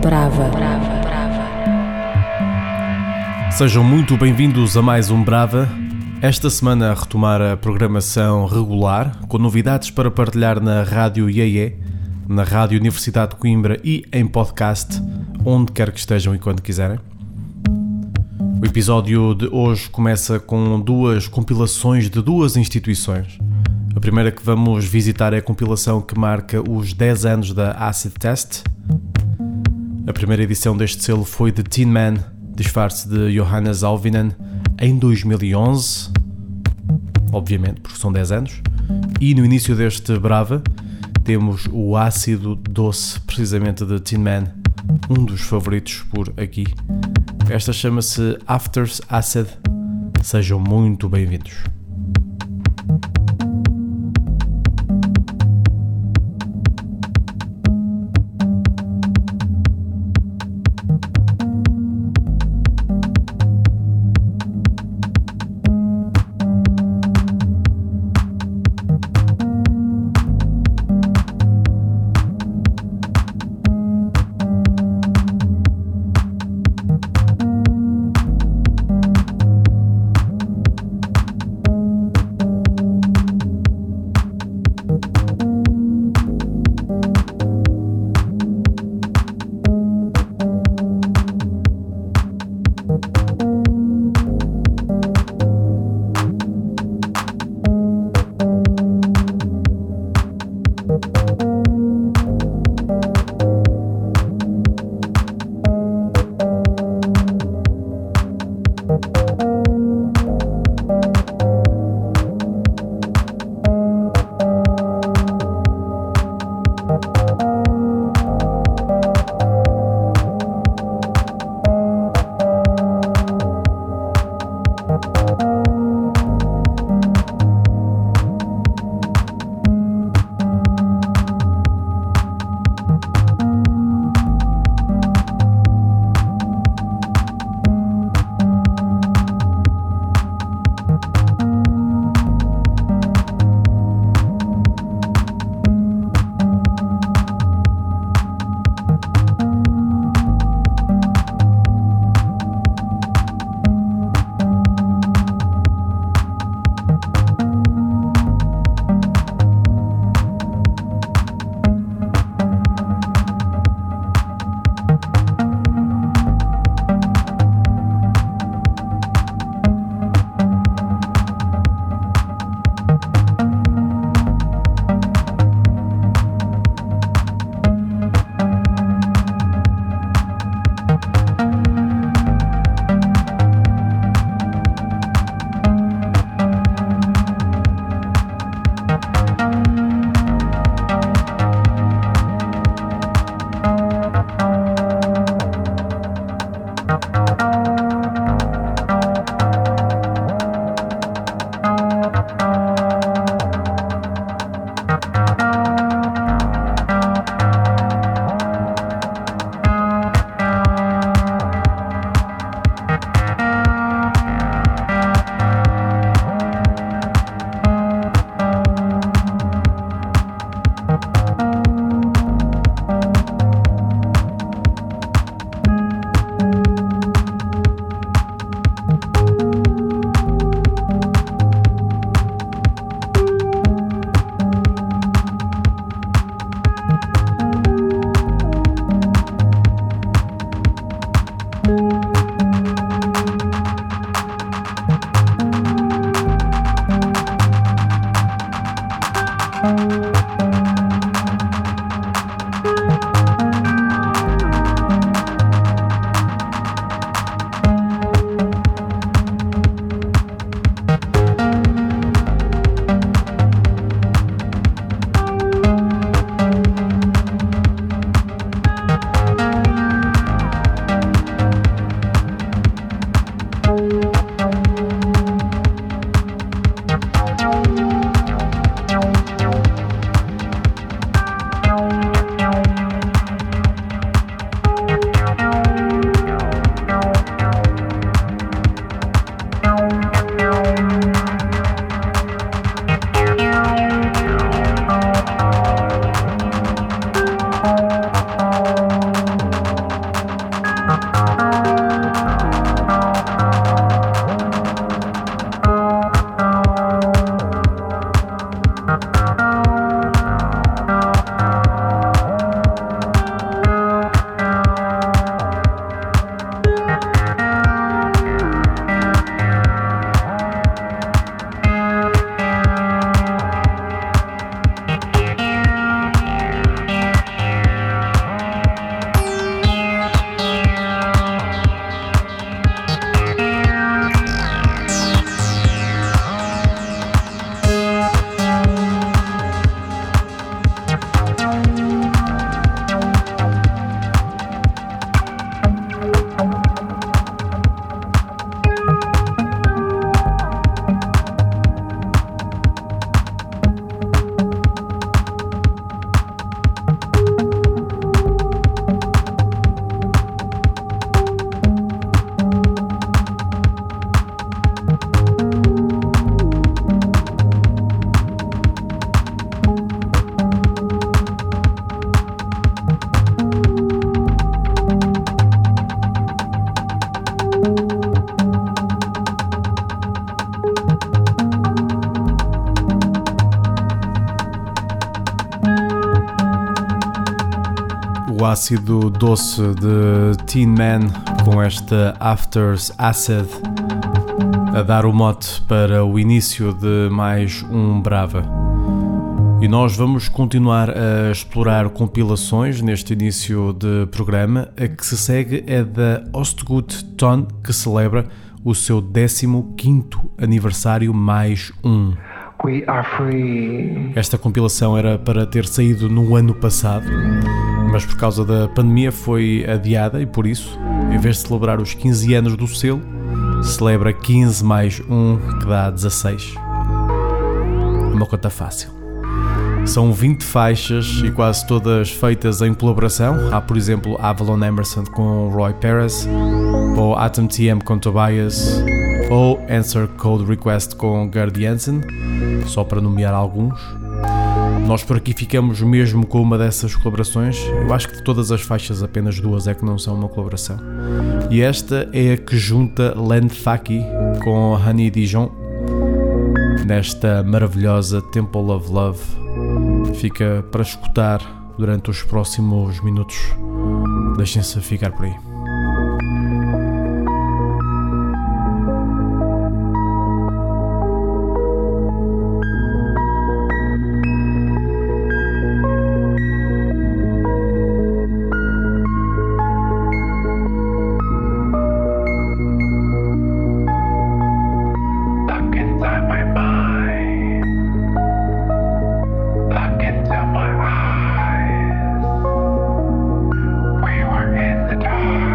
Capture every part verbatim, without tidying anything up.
Brava. Sejam muito bem-vindos a mais um Brava. Esta semana a retomar a programação regular, com novidades para partilhar na Rádio I E E, na Rádio Universidade de Coimbra e em podcast, onde quer que estejam e quando quiserem. O episódio de hoje começa com duas compilações de duas instituições. A primeira que vamos visitar é a compilação que marca os dez anos da Acid Test. A primeira edição deste selo foi de Tin Man, disfarce de Johannes Alvinen, em dois mil e onze, obviamente, porque são dez anos. E no início deste Brava temos o ácido doce, precisamente de Tin Man, um dos favoritos por aqui. Esta chama-se After's Acid. Sejam muito bem-vindos. o ácido doce de Tin Man com esta After's Acid a dar o mote para o início de mais um Brava. E nós vamos continuar a explorar compilações neste início de programa. A que se segue é da Ostgut Ton, que celebra o seu décimo quinto aniversário mais um. We are free. Esta compilação era para ter saído no ano passado, mas por causa da pandemia foi adiada e por isso, em vez de celebrar os quinze anos do selo, celebra quinze mais um, que dá dezasseis. Uma conta fácil. São vinte faixas e quase todas feitas em colaboração. Há, por exemplo, Avalon Emerson com Roy Perez, ou Atom T M com Tobias, ou Answer Code Request com Gerd Jansen, só para nomear alguns. Nós por aqui ficamos mesmo com uma dessas colaborações. Eu acho que de todas as faixas apenas duas é que não são uma colaboração. E esta é a que junta Len Faki com Honey Dijon nesta maravilhosa Temple of Love. Fica para escutar durante os próximos minutos. Deixem-se ficar por aí. We were in the dark.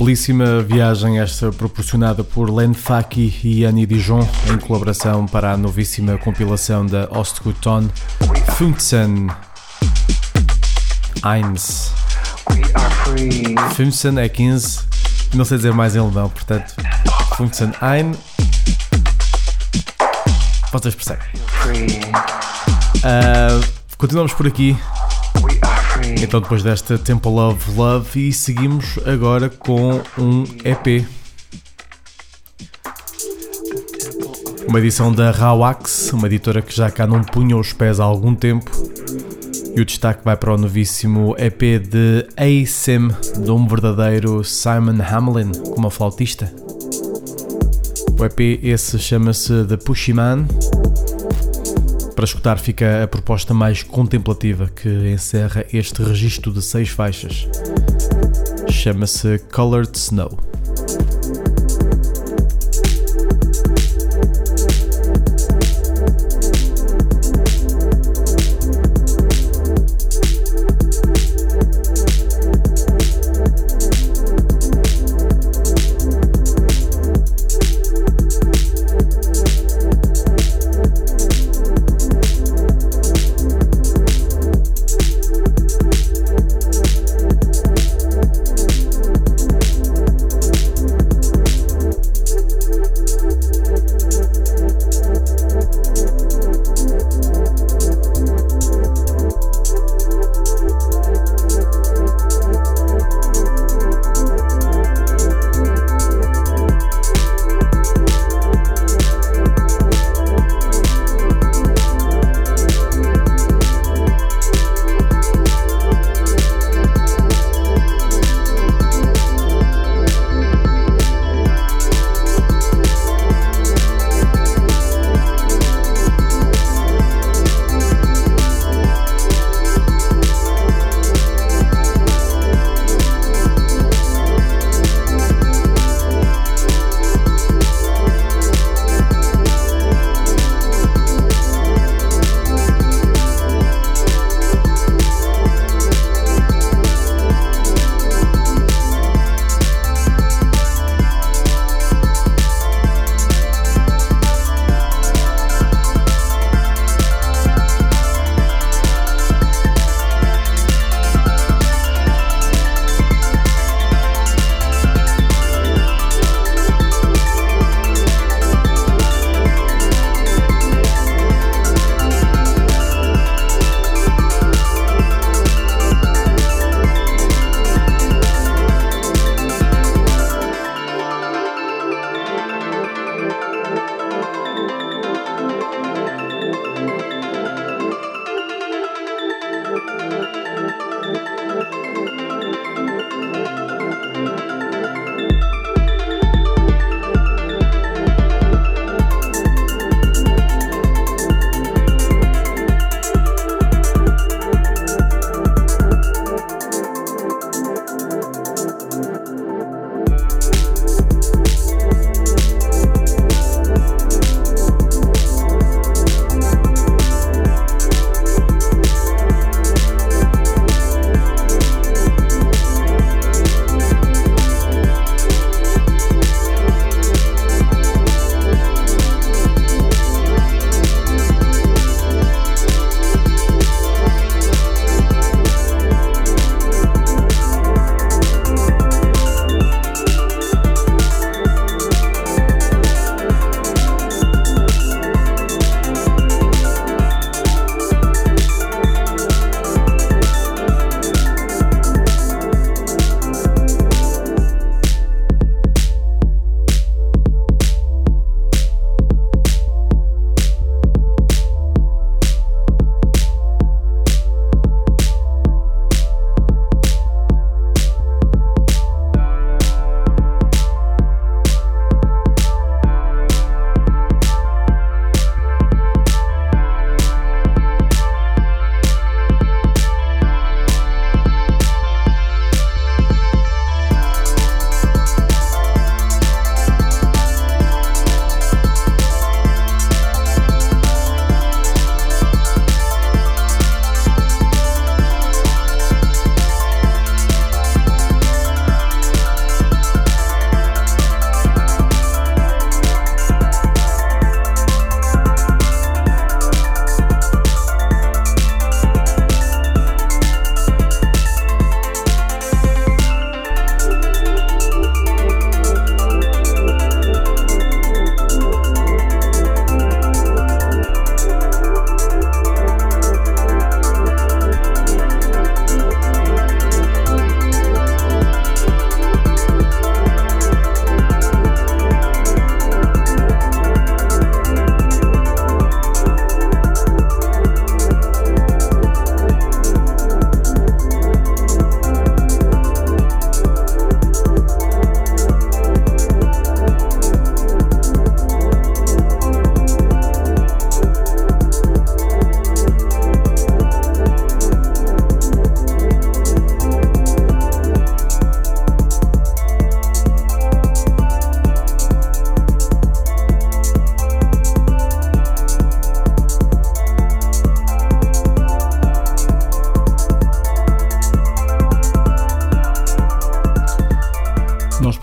Belíssima viagem esta proporcionada por Len Faki e Annie Dijon em colaboração para a novíssima compilação da Ostguton fünfzehn eins. fünfzehn é quinze, não sei dizer mais em alemão, portanto fünfzehn eins, vocês percebem. Uh, continuamos por aqui. Então, depois desta Temple of Love, e seguimos agora com um E P, uma edição da Rawax, uma editora que já cá não punha os pés há algum tempo, e o destaque vai para o novíssimo E P de A-Sim, de um verdadeiro Simon Hamelin, como flautista. O E P esse chama-se The Pushy Man. Para escutar fica a proposta mais contemplativa que encerra este registro de seis faixas. Chama-se Colored Snow.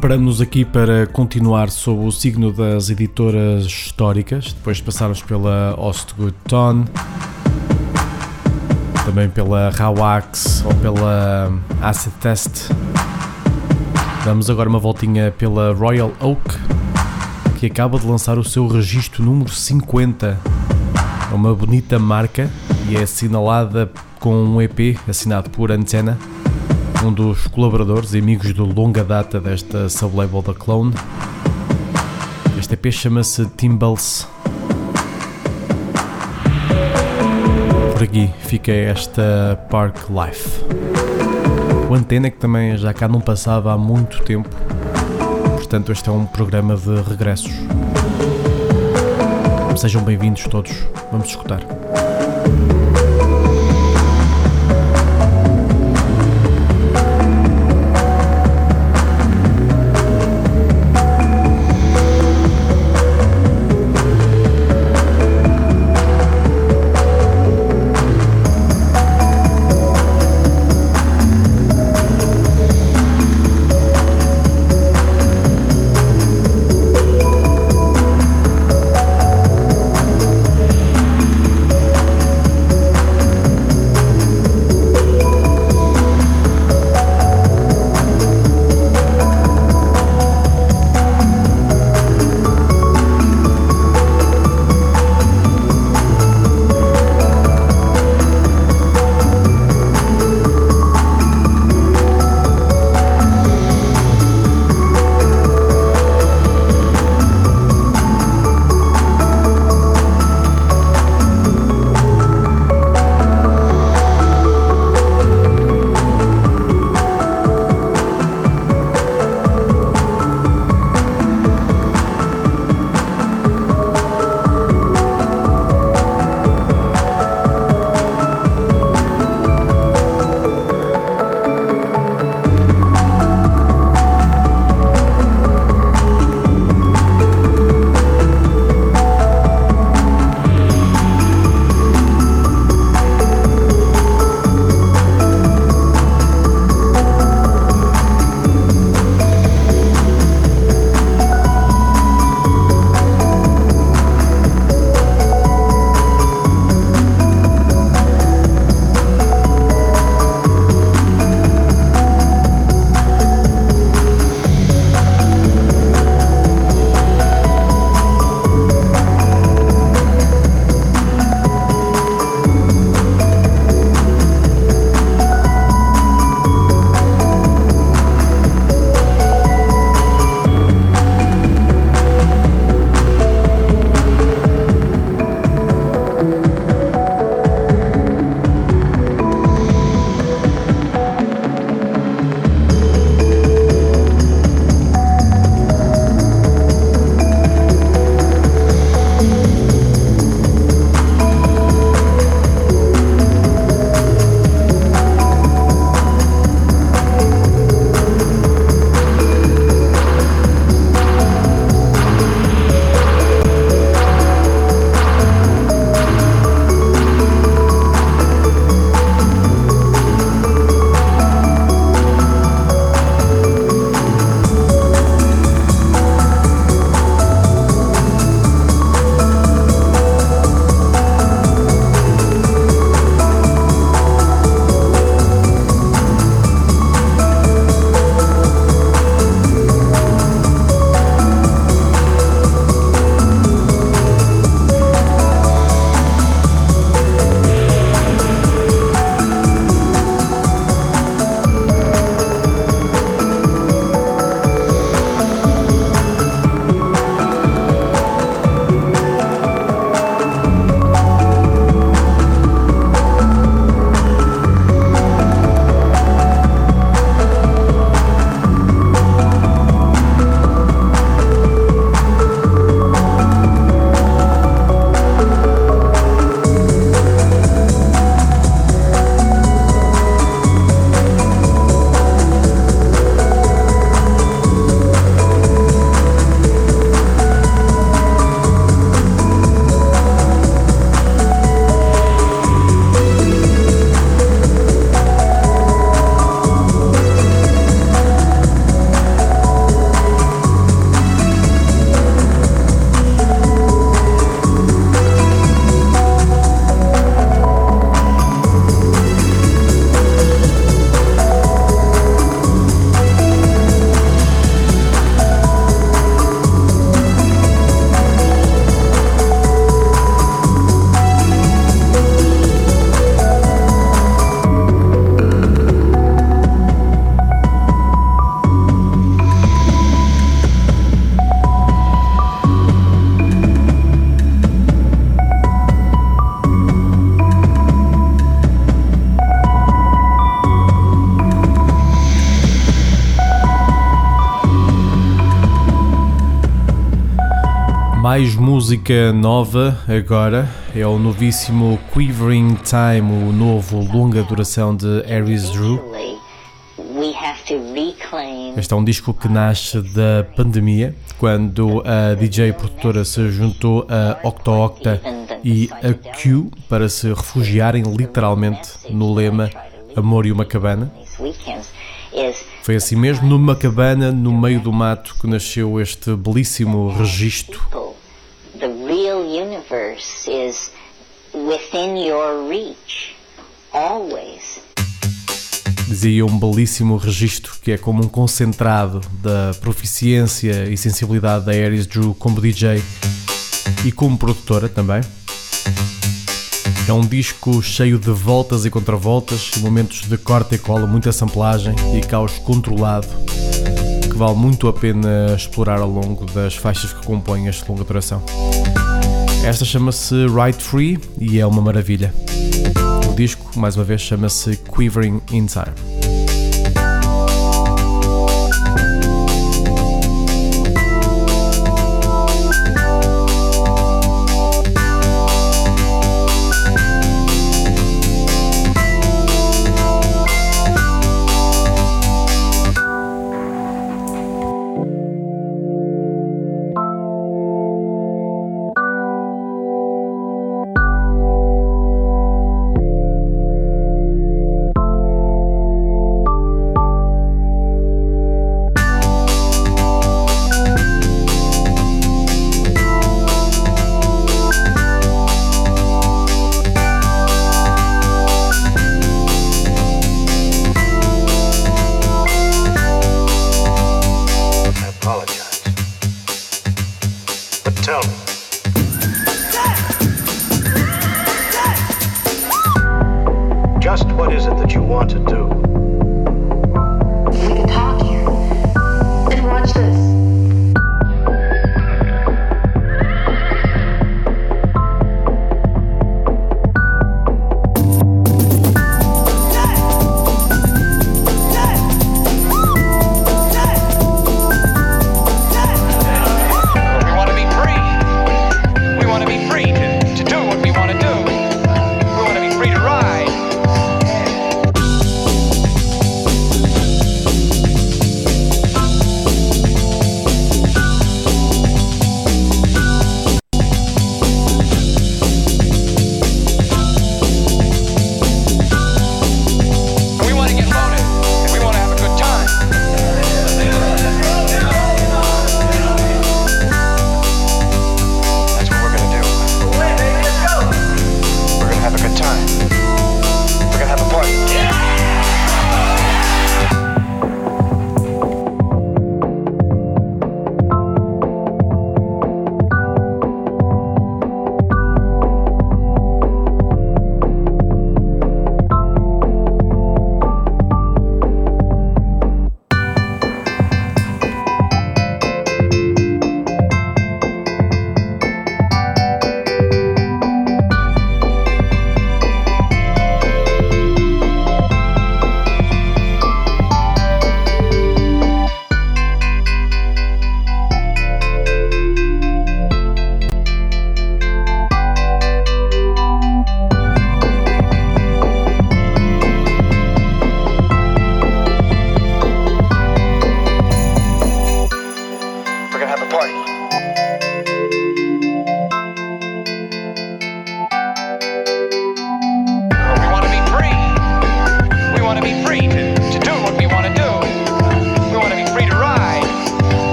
Preparamos-nos aqui para continuar sob o signo das editoras históricas, depois de passarmos pela Ostgut Ton, também pela Rawax ou pela Acid Test. Damos agora uma voltinha pela Royal Oak, que acaba de lançar o seu registro número cinquenta. É uma bonita marca e é assinalada com um E P assinado por Antenna, um dos colaboradores e amigos de longa data desta sublabel da Clone. Este E P chama-se Timbals. Por aqui fica esta Park Life. O Antenna que também já cá não passava há muito tempo, portanto este é um programa de regressos. Sejam bem-vindos todos, vamos escutar. Mais música nova agora, é o novíssimo Quivering Time, o novo longa duração de Aries Drew. Este é um disco que nasce da pandemia, quando a D J produtora se juntou a Octa Octa e a Q para se refugiarem literalmente no lema Amor e uma Cabana. Foi assim mesmo, numa cabana, no meio do mato, que nasceu este belíssimo registro. The real universe is within your reach, always. Dizia um belíssimo registro que é como um concentrado da proficiência e sensibilidade da Aries Drew como D J e como produtora também. É um disco cheio de voltas e contravoltas, momentos de corte e cola, muita samplagem e caos controlado, que vale muito a pena explorar ao longo das faixas que compõem este longa duração. Esta chama-se Right Free e é uma maravilha. O disco, mais uma vez, chama-se Quivering in Time. Just what is it that you want to do? We can talk here and watch this.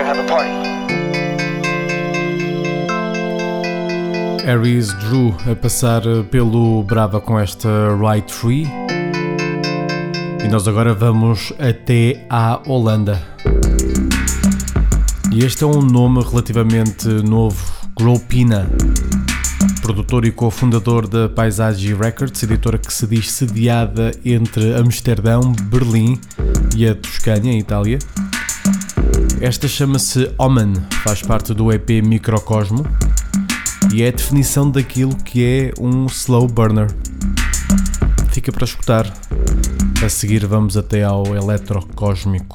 have a party. Aries Drew a passar pelo Brava com esta Ride Free. E nós agora vamos até à Holanda. E este é um nome relativamente novo, Gropina, produtor e cofundador da Paisage Records, editora que se diz sediada entre Amsterdão, Berlim e a Toscânia, em Itália. Esta chama-se Omen, faz parte do E P Microcosmo e é a definição daquilo que é um slow burner. Fica para escutar. A seguir vamos até ao Eletrocósmico.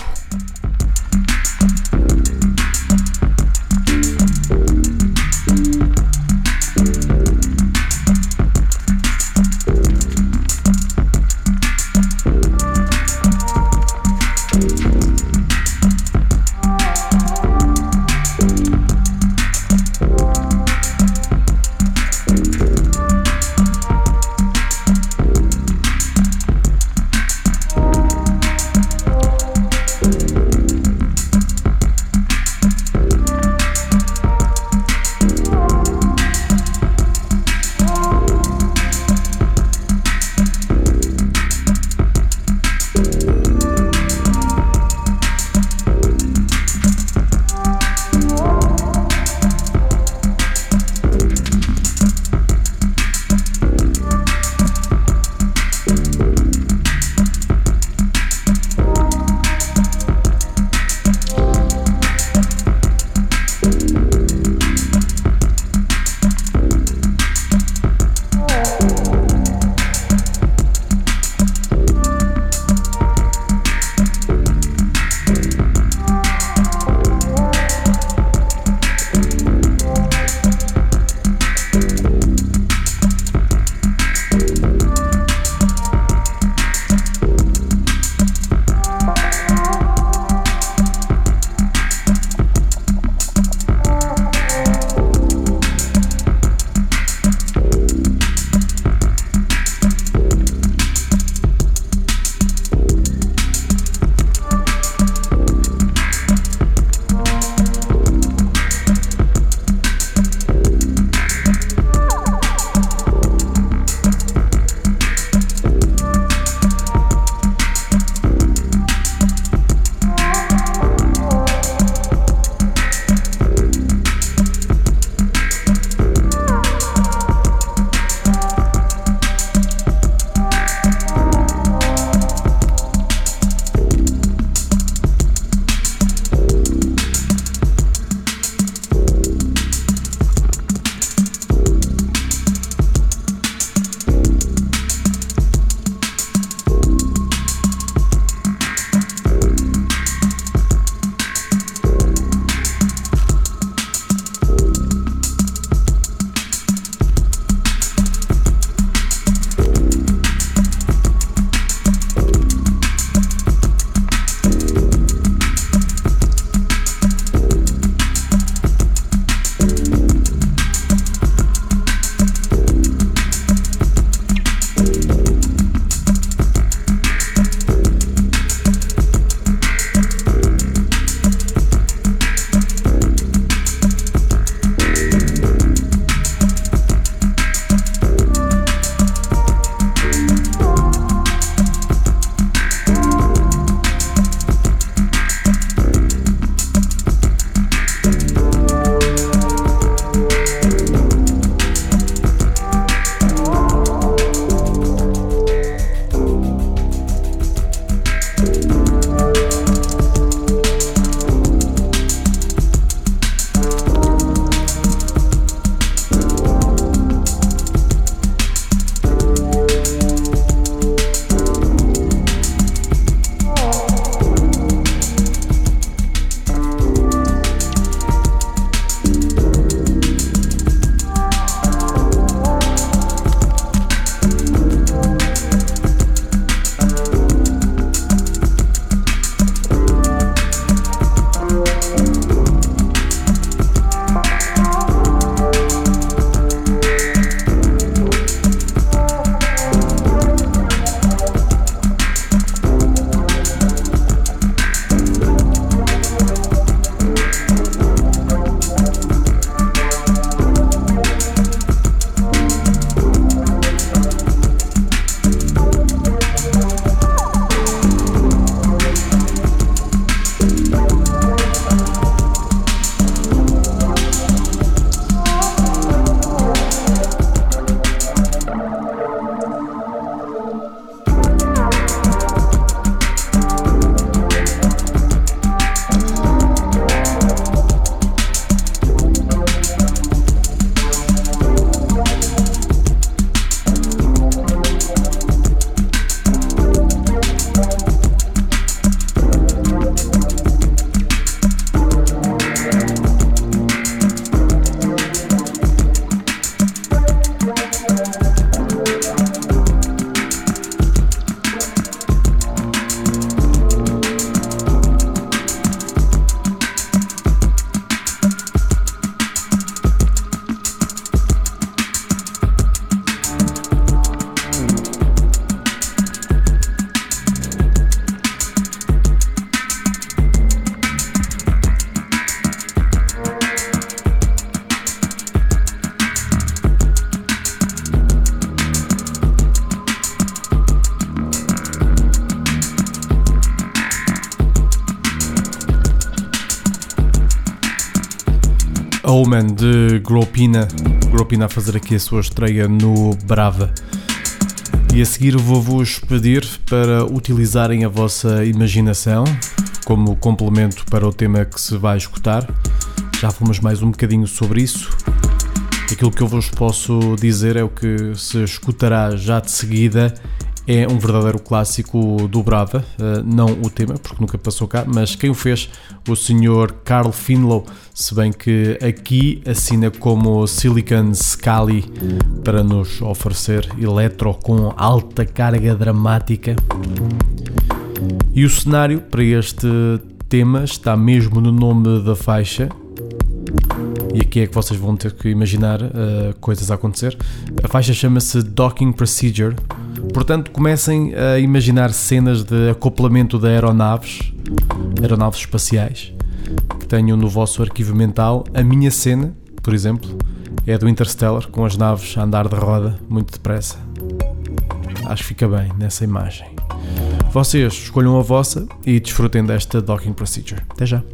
Omen de Gropina. Gropina a fazer aqui a sua estreia no Brava. E a seguir vou-vos pedir para utilizarem a vossa imaginação como complemento para o tema que se vai escutar. Já fomos mais um bocadinho sobre isso. Aquilo que eu vos posso dizer é o que se escutará já de seguida é um verdadeiro clássico do Brava, não o tema, porque nunca passou cá, mas quem o fez, o senhor Carl Finlow, se bem que aqui assina como Silicon Scali para nos oferecer eletro com alta carga dramática. E o cenário para este tema está mesmo no nome da faixa. E aqui é que vocês vão ter que imaginar uh, coisas a acontecer. A faixa chama-se Docking Procedure. Portanto, comecem a imaginar cenas de acoplamento de aeronaves, aeronaves espaciais, que tenham no vosso arquivo mental. A minha cena, por exemplo, é do Interstellar, com as naves a andar de roda, muito depressa. Acho que fica bem nessa imagem. Vocês escolham a vossa e desfrutem desta Docking Procedure. Até já!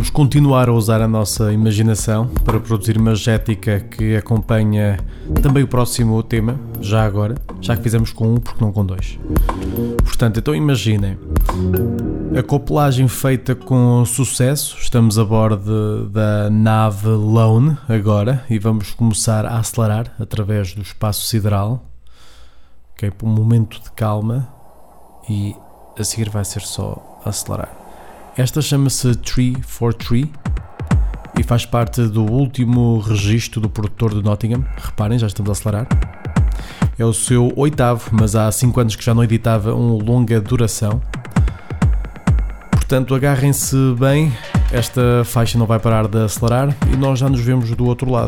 vamos continuar a usar a nossa imaginação para produzir uma gética que acompanha também o próximo tema, já agora, já que fizemos com um, porque não com dois. Portanto, então imaginem, acoplagem feita com sucesso, estamos a bordo da nave Lone agora e vamos começar a acelerar através do espaço sideral, ok, por um momento de calma e a seguir vai ser só acelerar. Esta chama-se tree for tree e faz parte do último registro do produtor de Nottingham. Reparem, já estamos a acelerar. É o seu oitavo, mas há cinco anos que já não editava um longa duração. Portanto, agarrem-se bem, esta faixa não vai parar de acelerar e nós já nos vemos do outro lado.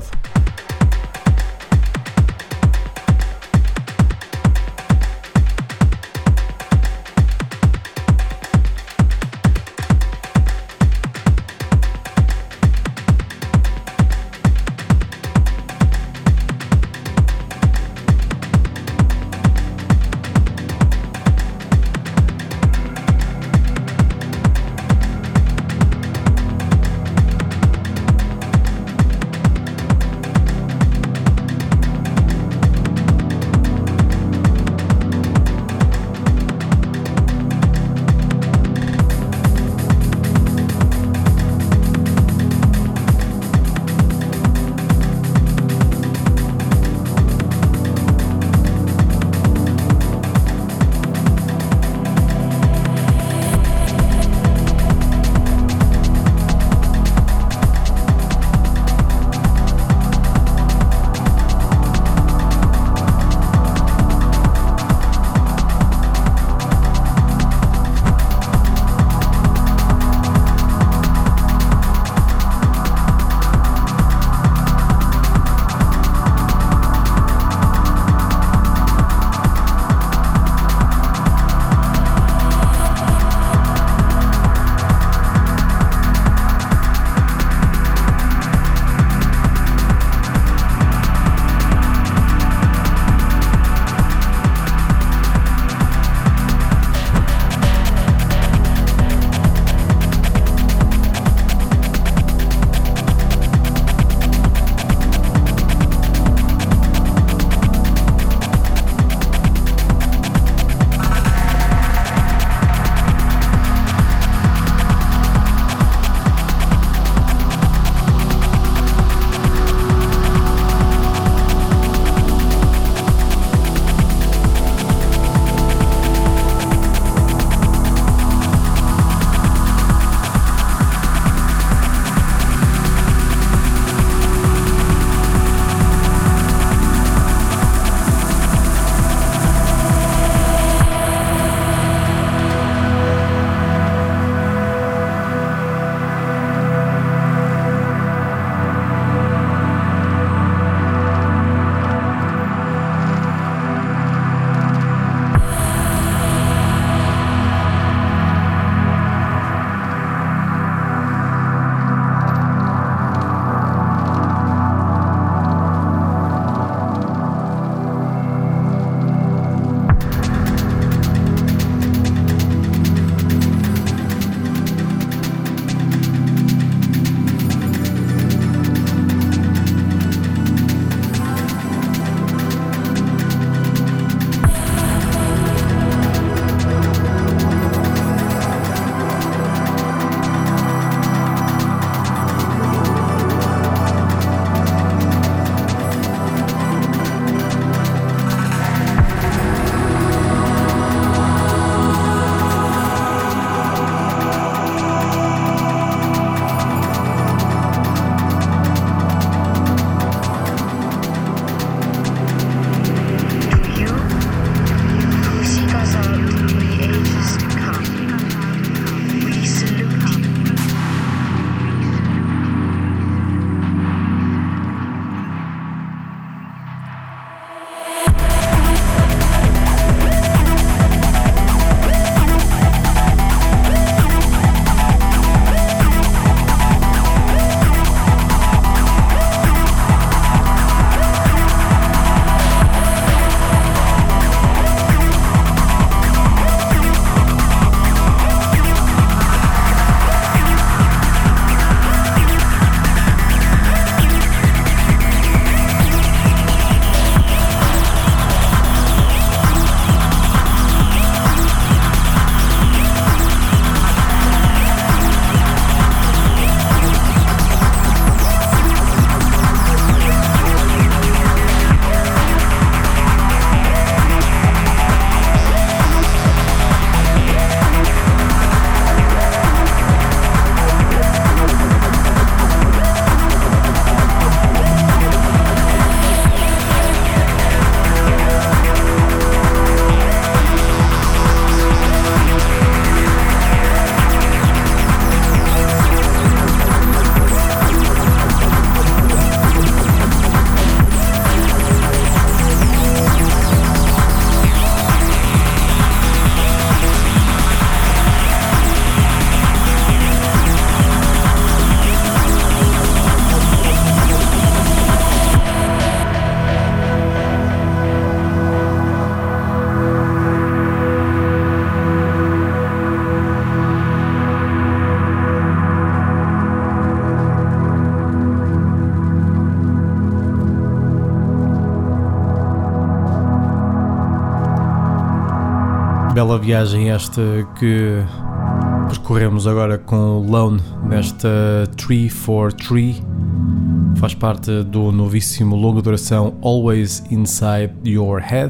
Bela viagem esta que percorremos agora com Lone nesta tree for tree. Faz parte do novíssimo longa duração Always Inside Your Head.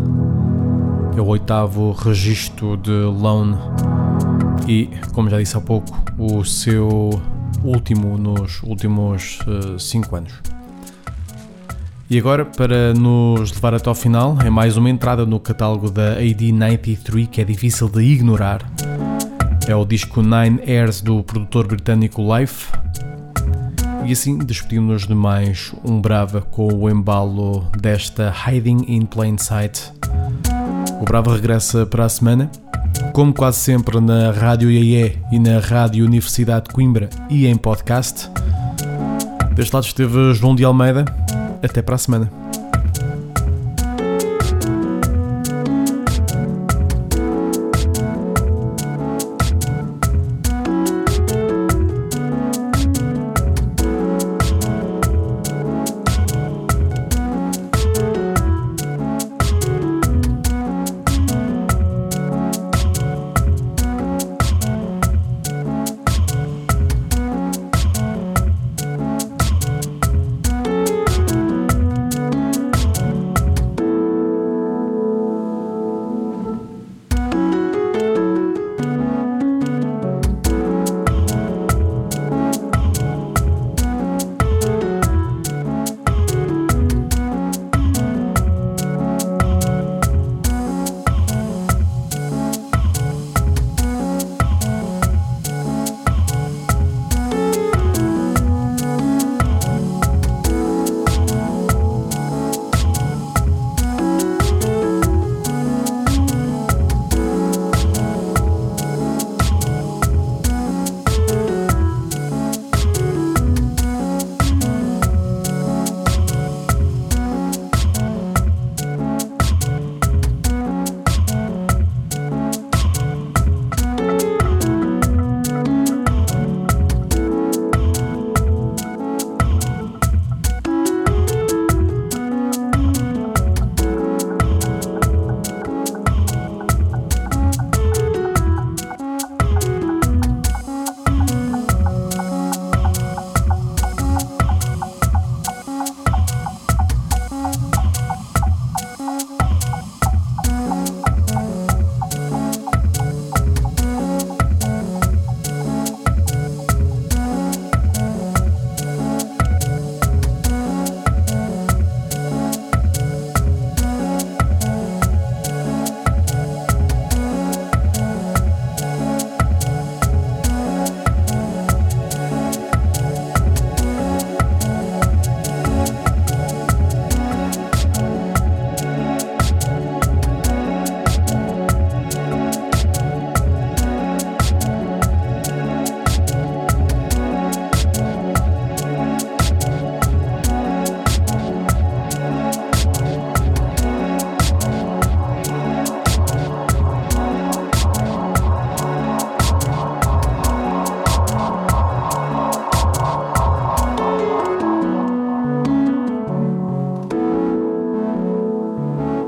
É o oitavo registro de Lone e, como já disse há pouco, o seu último nos últimos cinco uh, anos. E agora, para nos levar até ao final, é mais uma entrada no catálogo da A D noventa e três que é difícil de ignorar. É o disco Nine Airs do produtor britânico Life. E assim despedimos-nos de mais um Brava com o embalo desta Hiding in Plain Sight. O Brava regressa para a semana, como quase sempre na Rádio I E E e na Rádio Universidade de Coimbra e em podcast. Deste lado esteve João de Almeida. Até para a semana.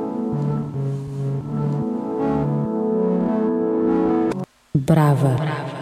Brava. Brava.